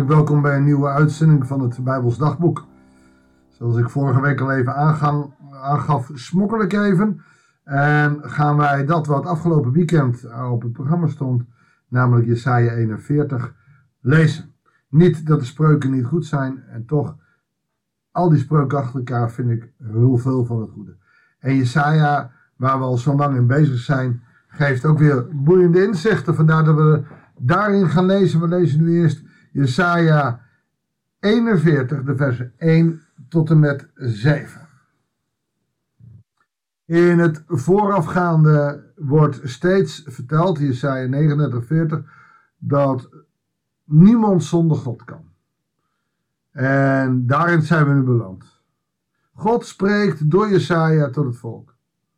Hartelijk welkom bij een nieuwe uitzending van het Bijbels Dagboek. Zoals ik vorige week al even aangaf, smokkel ik even. En gaan wij dat wat afgelopen weekend op het programma stond, namelijk Jesaja 41, lezen. Niet dat de spreuken niet goed zijn, en toch, al die spreuken achter elkaar vind ik heel veel van het goede. En Jesaja, waar we al zo lang in bezig zijn, geeft ook weer boeiende inzichten. Vandaar dat we daarin gaan lezen. We lezen nu eerst Jesaja 41, de versen 1 tot en met 7. In het voorafgaande wordt steeds verteld, Jesaja 39, 40, dat niemand zonder God kan. En daarin zijn we nu beland. God spreekt door Jesaja tot het volk.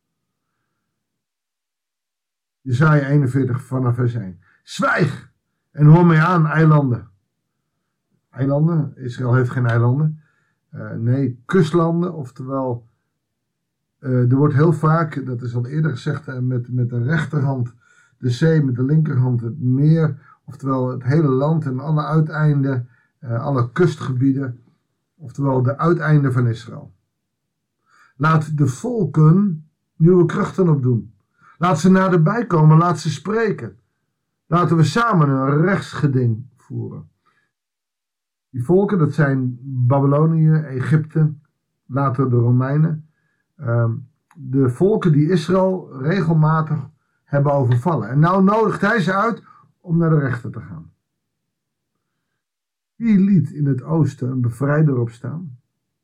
Jesaja 41 vanaf vers 1. Zwijg en hoor mij aan, eilanden. Eilanden? Israël heeft geen eilanden. Nee, kustlanden, oftewel, er wordt heel vaak, dat is al eerder gezegd, met de rechterhand de zee, met de linkerhand het meer, oftewel het hele land en alle uiteinden, alle kustgebieden, oftewel de uiteinden van Israël. Laat de volken nieuwe krachten opdoen. Laat ze naderbij komen, laat ze spreken. Laten we samen een rechtsgeding voeren. Die volken, dat zijn Babylonië, Egypte, later de Romeinen. De volken die Israël regelmatig hebben overvallen. En nou nodigt hij ze uit om naar de rechter te gaan. Wie liet in het oosten een bevrijder opstaan?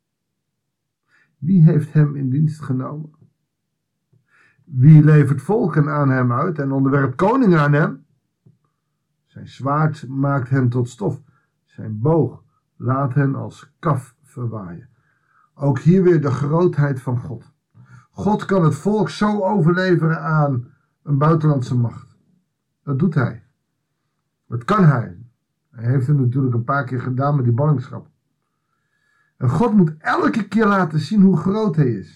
Wie heeft hem in dienst genomen? Wie levert volken aan hem uit en onderwerpt koningen aan hem? Zijn zwaard maakt hen tot stof. Zijn boog laat hen als kaf verwaaien. Ook hier weer de grootheid van God. God kan het volk zo overleveren aan een buitenlandse macht. Dat doet hij. Dat kan hij. Hij heeft het natuurlijk een paar keer gedaan met die ballingschap. En God moet elke keer laten zien hoe groot hij is.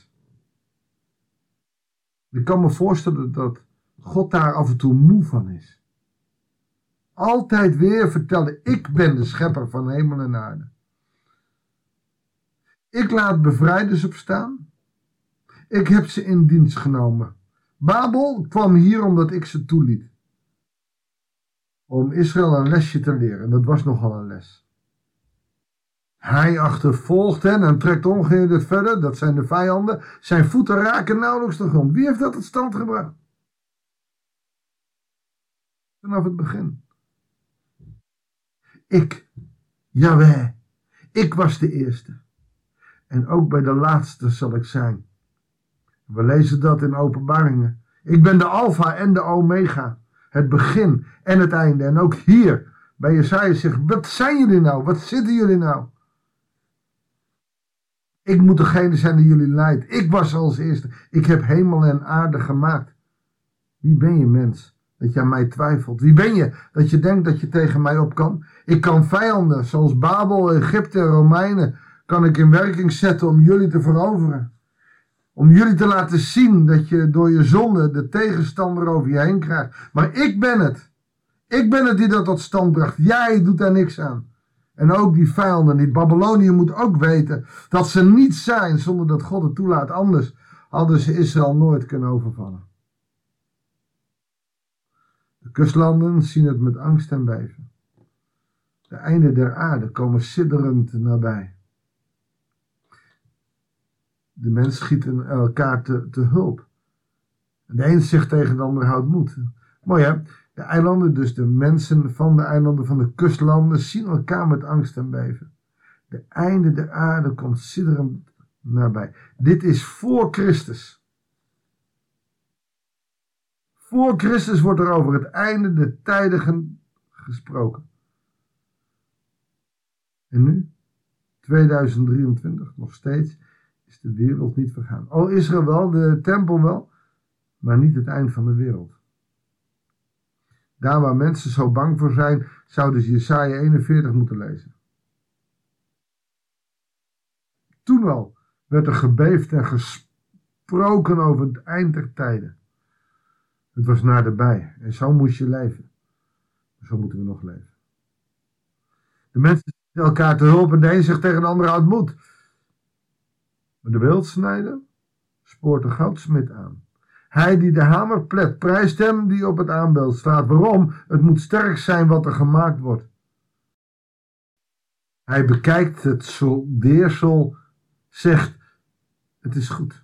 Ik kan me voorstellen dat God daar af en toe moe van is. Altijd weer vertellen, ik ben de schepper van hemel en aarde. Ik laat bevrijders opstaan. Ik heb ze in dienst genomen. Babel kwam hier omdat ik ze toeliet. Om Israël een lesje te leren. Dat was nogal een les. Hij achtervolgt hen en trekt ongehinderd verder. Dat zijn de vijanden. Zijn voeten raken nauwelijks de grond. Wie heeft dat tot stand gebracht? Vanaf het begin. Ik, Jahweh, ik was de eerste. En ook bij de laatste zal ik zijn. We lezen dat in Openbaringen. Ik ben de Alpha en de Omega. Het begin en het einde. En ook hier bij Jesaja zegt, wat zijn jullie nou? Wat zitten jullie nou? Ik moet degene zijn die jullie leidt. Ik was als eerste. Ik heb hemel en aarde gemaakt. Wie ben je, mens, dat je aan mij twijfelt? Wie ben je dat je denkt dat je tegen mij op kan? Ik kan vijanden zoals Babel, Egypte en Romeinen kan ik in werking zetten om jullie te veroveren. Om jullie te laten zien dat je door je zonde de tegenstander over je heen krijgt. Maar ik ben het. Ik ben het die dat tot stand bracht. Jij doet daar niks aan. En ook die vijanden, die Babylonië moet ook weten dat ze niet zijn zonder dat God het toelaat. Anders hadden ze Israël nooit kunnen overvallen. De kustlanden zien het met angst en beven. De einden der aarde komen sidderend nabij. De mens schiet elkaar te hulp. De een zegt tegen de ander, houd moed. Mooi hè? De eilanden, dus de mensen van de eilanden van de kustlanden, zien elkaar met angst en beven. De einde der aarde komt sidderend nabij. Dit is voor Christus. Voor Christus wordt er over het einde der tijden gesproken. En nu, 2023, nog steeds, is de wereld niet vergaan. Al Israël wel, de tempel wel, maar niet het eind van de wereld. Daar waar mensen zo bang voor zijn, zouden ze Jesaja 41 moeten lezen. Toen al werd er gebeefd en gesproken over het eind der tijden. Het was naderbij en zo moest je leven. Zo moeten we nog leven. De mensen schieten elkaar te hulp en de een zegt tegen de ander houdt moed. Maar de beeldsnijder spoort de goudsmid aan. Hij die de hamer plet, prijst hem die op het aanbeeld staat. Waarom? Het moet sterk zijn wat er gemaakt wordt. Hij bekijkt het soldeersel, zegt, het is goed.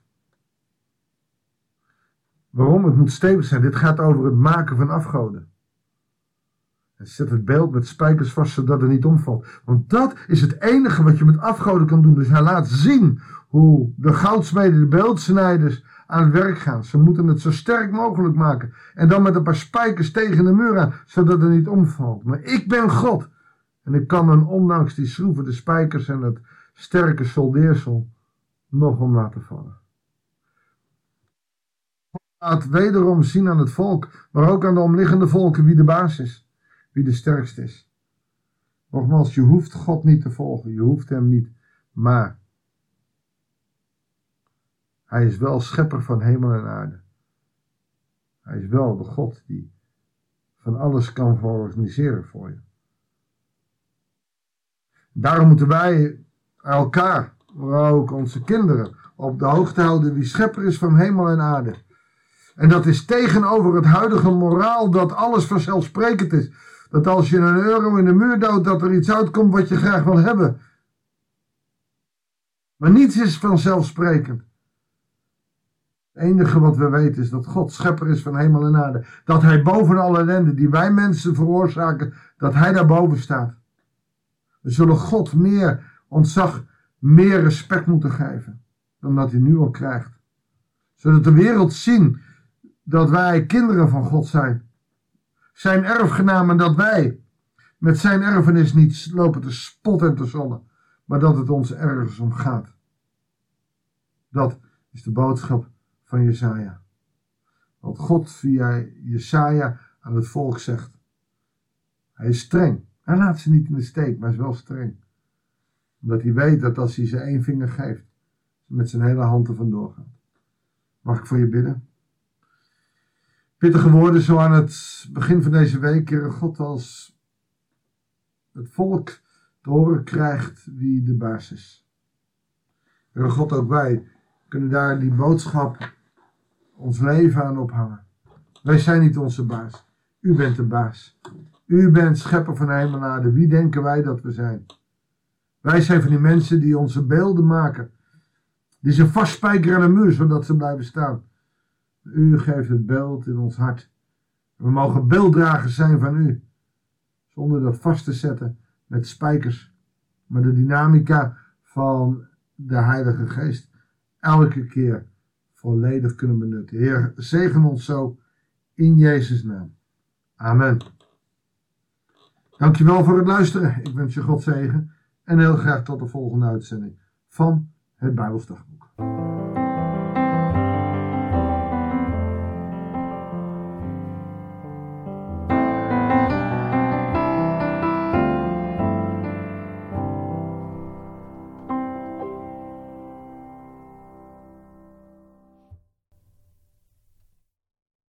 Waarom? Het moet stevig zijn. Dit gaat over het maken van afgoden. Hij zet het beeld met spijkers vast, zodat het niet omvalt. Want dat is het enige wat je met afgoden kan doen. Dus hij laat zien hoe de goudsmeden, de beeldsnijders aan het werk gaan. Ze moeten het zo sterk mogelijk maken. En dan met een paar spijkers tegen de muur aan, zodat het niet omvalt. Maar ik ben God. En ik kan hem ondanks die schroeven, de spijkers en het sterke soldeersel nog om laten vallen. God laat wederom zien aan het volk, maar ook aan de omliggende volken wie de baas is. Wie de sterkste is. Nogmaals, je hoeft God niet te volgen. Je hoeft hem niet. Maar hij is wel schepper van hemel en aarde. Hij is wel de God die van alles kan organiseren voor je. Daarom moeten wij elkaar, maar ook onze kinderen, op de hoogte houden wie schepper is van hemel en aarde. En dat is tegenover het huidige moraal dat alles vanzelfsprekend is. Dat als je een euro in de muur duwt, dat er iets uitkomt wat je graag wil hebben. Maar niets is vanzelfsprekend. Het enige wat we weten is dat God schepper is van hemel en aarde. Dat hij boven alle ellende die wij mensen veroorzaken, dat hij daarboven staat. We zullen God meer ontzag, meer respect moeten geven dan dat hij nu al krijgt. Zodat de wereld zien dat wij kinderen van God zijn. Zijn erfgenamen, dat wij met zijn erfenis niet lopen te spotten en te zollen, maar dat het ons ergens om gaat. Dat is de boodschap van Jesaja. Wat God via Jesaja aan het volk zegt. Hij is streng. Hij laat ze niet in de steek, maar hij is wel streng. Omdat hij weet dat als hij ze één vinger geeft, ze met zijn hele hand er vandoor gaat. Mag ik voor je bidden? Pittige woorden zo aan het begin van deze week, Heere God, als het volk te horen krijgt wie de baas is. Heere God, ook wij kunnen daar die boodschap ons leven aan ophangen. Wij zijn niet onze baas. U bent de baas. U bent schepper van hemel en aarde. Wie denken wij dat we zijn? Wij zijn van die mensen die onze beelden maken. Die ze vastspijkeren aan de muur, zodat ze blijven staan. U geeft het beeld in ons hart. We mogen beelddragers zijn van u. Zonder dat vast te zetten met spijkers. Maar de dynamica van de Heilige Geest elke keer volledig kunnen benutten. Heer, zegen ons zo in Jezus' naam. Amen. Dankjewel voor het luisteren. Ik wens je God zegen. En heel graag tot de volgende uitzending van het Bijbels Dagboek.